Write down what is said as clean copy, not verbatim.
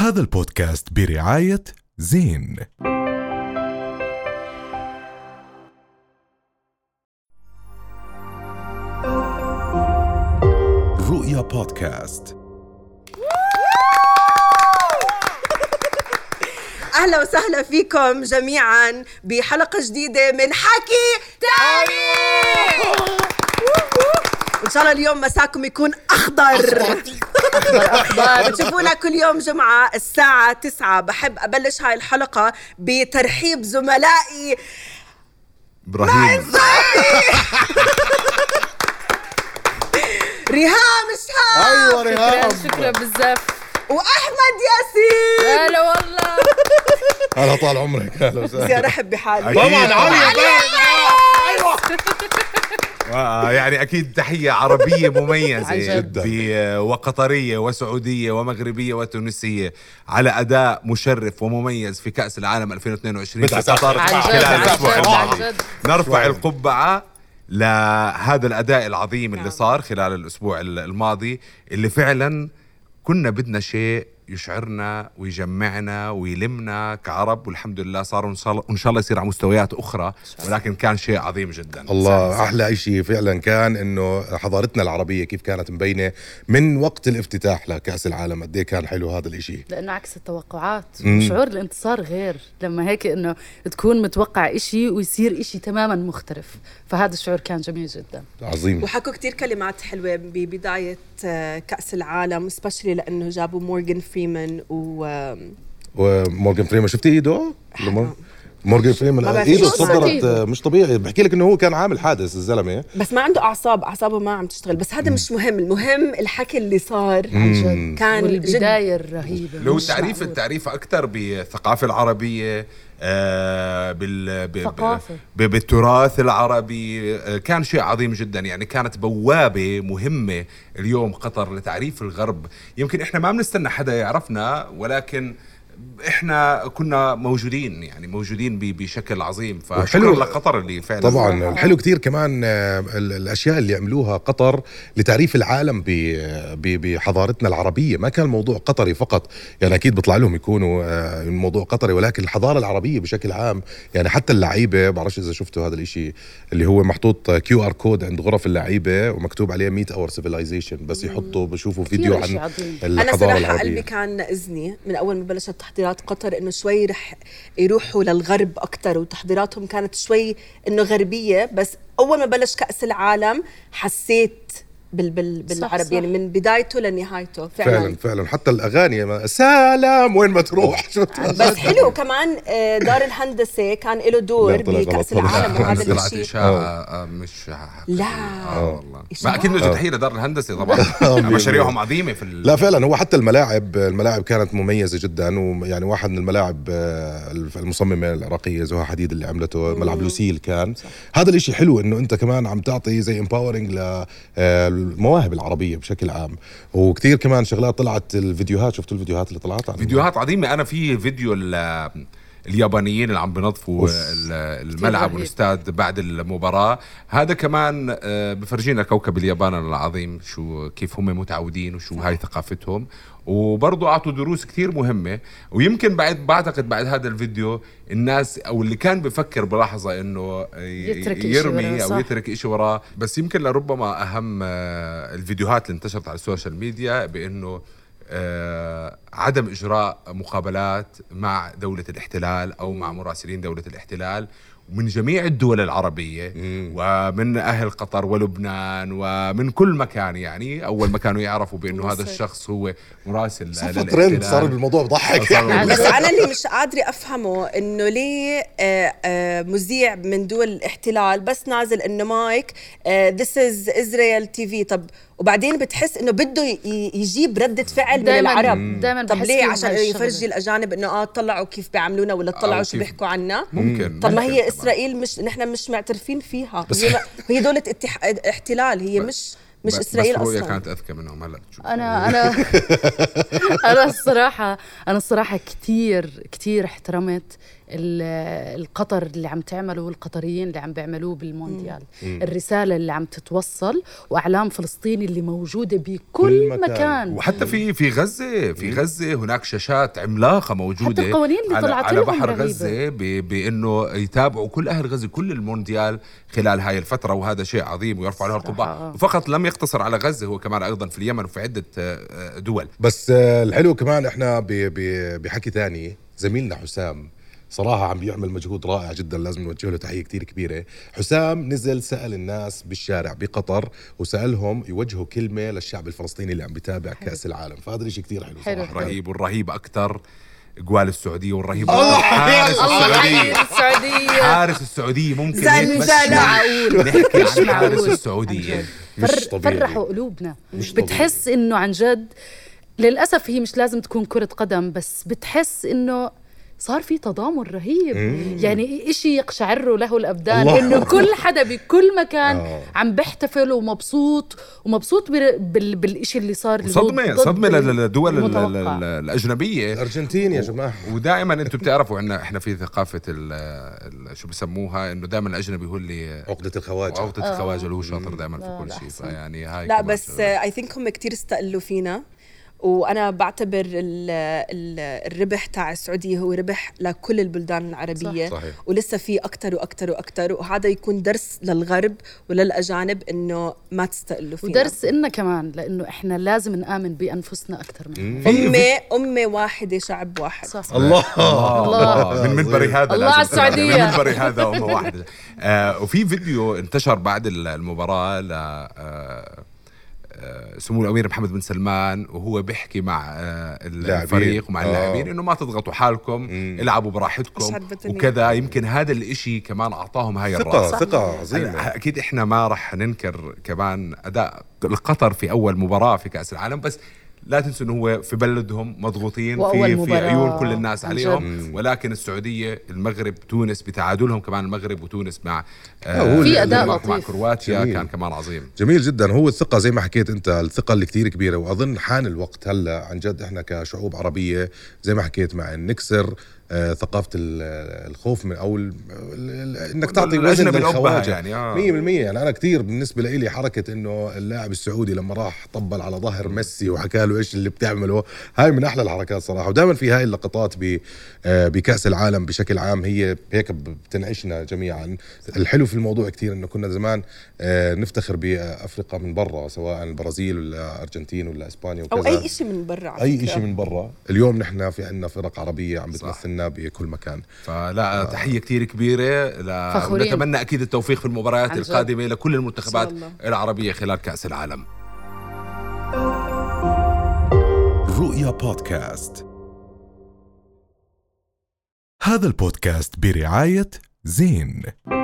هذا البودكاست برعاية زين. رؤيا بودكاست. أهلا وسهلا فيكم جميعا بحلقة جديدة من حكي تاني. إن شاء الله اليوم مساكم يكون أخضر. بتشوفونا كل يوم جمعة الساعة 9. بحب أبلش هاي الحلقة بترحيب زملائي إبراهيم ريهام الشهاب. أيوة ريهام، شكرا بزاف. وأحمد ياسين. هلا والله. هلا طال عمرك. هلا وسهلا. بدي أرحب بحالي طبعا علي. يعني أكيد تحية عربية مميزة جد. وقطرية وسعودية ومغربية وتونسية على أداء مشرف ومميز في كأس العالم 2022 في قطر خلال الأسبوع الماضي. نرفع القبعة لهذا الأداء العظيم اللي صار خلال الأسبوع الماضي، اللي فعلا كنا بدنا شيء يشعرنا ويجمعنا ويلمنا كعرب، والحمد لله صاروا إن شاء الله يصير على مستويات أخرى، ولكن كان شيء عظيم جدا. الله، أحلى شيء فعلا كان إنه حضارتنا العربية كيف كانت مبينة من وقت الافتتاح لكأس العالم. قد ايه كان حلو هذا الاشي، لأنه عكس التوقعات. وشعور الانتصار غير لما هيك إنه تكون متوقع إشي ويصير إشي تماما مختلف، فهذا الشعور كان جميل جدا عظيم. وحكوا كتير كلمات حلوة ببداية كأس العالم، سبيشلي لأنه جابوا مورغان فريمان ومورغان فريمان. شفتي ايده؟ مورغان فريمان ايده صدرت مش طبيعي. بحكي لك انه هو كان عامل حادث الزلمه، بس ما عنده اعصابه ما عم تشتغل. بس هذا مش مهم، المهم الحكي اللي صار عن جد. كان والبداية الرهيبة. لو التعريف أكتر بالثقافة العربية، بالتراث العربي، كان شيء عظيم جدا. يعني كانت بوابة مهمة اليوم قطر لتعريف الغرب. يمكن إحنا ما بنستنى حدا يعرفنا، ولكن إحنا كنا موجودين، يعني موجودين بشكل عظيم. فشكرا لقطر اللي فعلا طبعا الحلو كتير كمان الأشياء اللي عملوها قطر لتعريف العالم بحضارتنا العربية. ما كان الموضوع قطري فقط، يعني أكيد بيطلع لهم يكونوا الموضوع قطري، ولكن الحضارة العربية بشكل عام. يعني حتى اللعيبة، بعرفش إذا شفتوا هذا الإشي اللي هو محطوط QR كود عند غرف اللعيبة ومكتوب عليه 100 اور civilization، بس يحطوا بشوفوا فيديو عن الحضارة أنا صراحة العربية. قلبي كان إذني من أول ما بلشت تحضيرات قطر إنه شوي رح يروحوا للغرب أكتر، وتحضيراتهم كانت شوي إنه غربية. بس أول ما بلش كأس العالم حسيت بالعرب، صح. يعني من بدايته لنهايته فعلا حتى الأغاني سلام وين ما تروح. بس حلو كمان دار الهندسة كان له دور بكأس العالم، وهذا الشيء مش لا والله ما أكيد نوجه تحية لدار الهندسة طبعا. مشاريعهم عظيمة لا فعلا. هو حتى الملاعب كانت مميزة جدا. ويعني واحد من الملاعب المصممة العراقية زوها حديد اللي عملته ملعب لوسيل كان صح. هذا الاشي حلو انه انت كمان عم تعطي زي empowering المواهب العربية بشكل عام. وكتير كمان شغلات طلعت. الفيديوهات، شفتوا الفيديوهات اللي طلعت؟ فيديوهات عظيمة. أنا في فيديو اليابانيين اللي عم بنظفوا الملعب والاستاد بعد المباراة، هذا كمان بفرجينا كوكب اليابان العظيم شو كيف هم متعودين وشو هاي ثقافتهم. وبرضو أعطوا دروس كتير مهمة. ويمكن بعتقد بعد هذا الفيديو الناس أو اللي كان بفكر بلحظة إنه يرمي أو يترك إشي وراه. بس يمكن لربما أهم الفيديوهات اللي انتشرت على السوشيال ميديا بأنه عدم إجراء مقابلات مع دولة الاحتلال أو مع مراسلين دولة الاحتلال من جميع الدول العربية ومن أهل قطر ولبنان ومن كل مكان. يعني أول ما كانوا يعرفوا بأنه هذا الشخص هو مراسل للاحتلال صار بالموضوع بضحك. بس أنا اللي مش قادرة أفهمه إنه ليه مذيع من دول الاحتلال بس نازل إنه مايك This is Israel TV. طب وبعدين بتحس إنه بده يجيب ردة فعل من العرب. طب ليه؟ عشان يفرجي الأجانب إنه طلعوا كيف بيعملونا ولا طلعوا شو بيحكوا عنا. ممكن. طب ما هي إسرائيل نحن مش معترفين فيها. هي دولة احتلال، هي مش إسرائيل أصلاً. كانت أذكى منهم. هلا أنا الصراحة كتير احترمت القطر اللي عم تعمله والقطريين اللي عم بيعملوه بالمونديال. الرسالة اللي عم تتوصل وأعلام فلسطين اللي موجودة بكل مكان. وحتى في غزة هناك شاشات عملاقة موجودة، حتى القوانين اللي طلعت على بحر رهيبة. غزة بأنه يتابعوا كل أهل غزة كل المونديال خلال هاي الفترة، وهذا شيء عظيم ويرفع له القبعة. وفقط لم يقتصر على غزة، هو كمان أيضا في اليمن وفي عدة دول. بس الحلو كمان احنا بحكي تاني زميلنا حسام صراحة عم بيعمل مجهود رائع جدا، لازم نوجه له تحية كتير كبيرة. حسام نزل سأل الناس بالشارع بقطر وسألهم يوجهوا كلمة للشعب الفلسطيني اللي عم بيتابع كأس العالم، فهذا الشيء كتير حلو صراحة. رهيب. والرهيب أكتر جوال السعودية، والرهيب حارس السعودية. حارس السعودية ممكن نحكي عن حارس السعودية، فرحوا قلوبنا. بتحس إنه عن جد للأسف هي مش لازم تكون كرة قدم، بس بتحس إنه صار في تضامن رهيب. يعني إشي يقشعر له الأبدان إنه كل حدا بكل مكان عم بيحتفل ومبسوط بالإشي اللي صار. صدمة للدول الأجنبية. الأرجنتين يا جماعة. ودائما أنتم بتعرفوا إن إحنا في ثقافة شو بسموها، إنه دائما الأجنبي هو اللي عقدة الخواجة اللي هو شاطر دائما في كل شيء. فيعني هاي لا بس I think هم كتير استقلوا فينا، وأنا بعتبر الربح تاع السعودية هو ربح لكل البلدان العربية. صحيح. ولسه في أكتر وأكتر وأكتر، وهذا يكون درس للغرب وللأجانب إنه ما تستقلوا فينا، ودرس إننا كمان، لأنه إحنا لازم نآمن بأنفسنا أكتر من أمة واحدة شعب واحد. صح. الله من منبري هذا، الله على السعودية، من منبري هذا أمة واحدة. وفي فيديو انتشر بعد المباراة سمو الأمير محمد بن سلمان وهو بيحكي مع الفريق ومع اللاعبين إنه ما تضغطوا حالكم، العبوا براحتكم وكذا. يمكن هذا الإشي كمان أعطاهم هاي ثقة عظيمة. أكيد إحنا ما رح ننكر كمان أداء القطر في أول مباراة في كأس العالم، بس لا تنسوا إنه هو في بلدهم مضغوطين في عيون كل الناس عليهم. ولكن السعودية، المغرب، تونس بتعادلهم كمان، المغرب وتونس مع في أداء لطيف مع كرواتيا كان كمان عظيم جميل جدا. هو الثقة زي ما حكيت أنت، الثقة اللي كتير كبيرة. وأظن حان الوقت هلأ عن جد إحنا كشعوب عربية زي ما حكيت مع نكسر ثقافة الخوف من أو إنك تعطي وزن للخواجة يعني 100%. يعني أنا كتير بالنسبة لي حركة إنه اللاعب السعودي لما راح طبل على ظهر ميسي وحكى له إيش اللي بتعمله، هاي من أحلى الحركات صراحة. ودائما في هاي اللقطات بكأس العالم بشكل عام هي هيك بتنعشنا جميعا. الحلو في الموضوع كتير إنه كنا زمان نفتخر بأفريقيا من برا، سواء البرازيل ولا أرجنتين ولا إسبانيا وكذا، أو أي إشي من برا. أي إشي من برا. اليوم نحن في عنا فرق عربية عم بتمثلنا بكل مكان. فلا تحية كتير كبيرة ونتمنى أكيد التوفيق في المباريات القادمة لكل المنتخبات العربية خلال كأس العالم. رؤيا بودكاست. هذا البودكاست برعاية زين.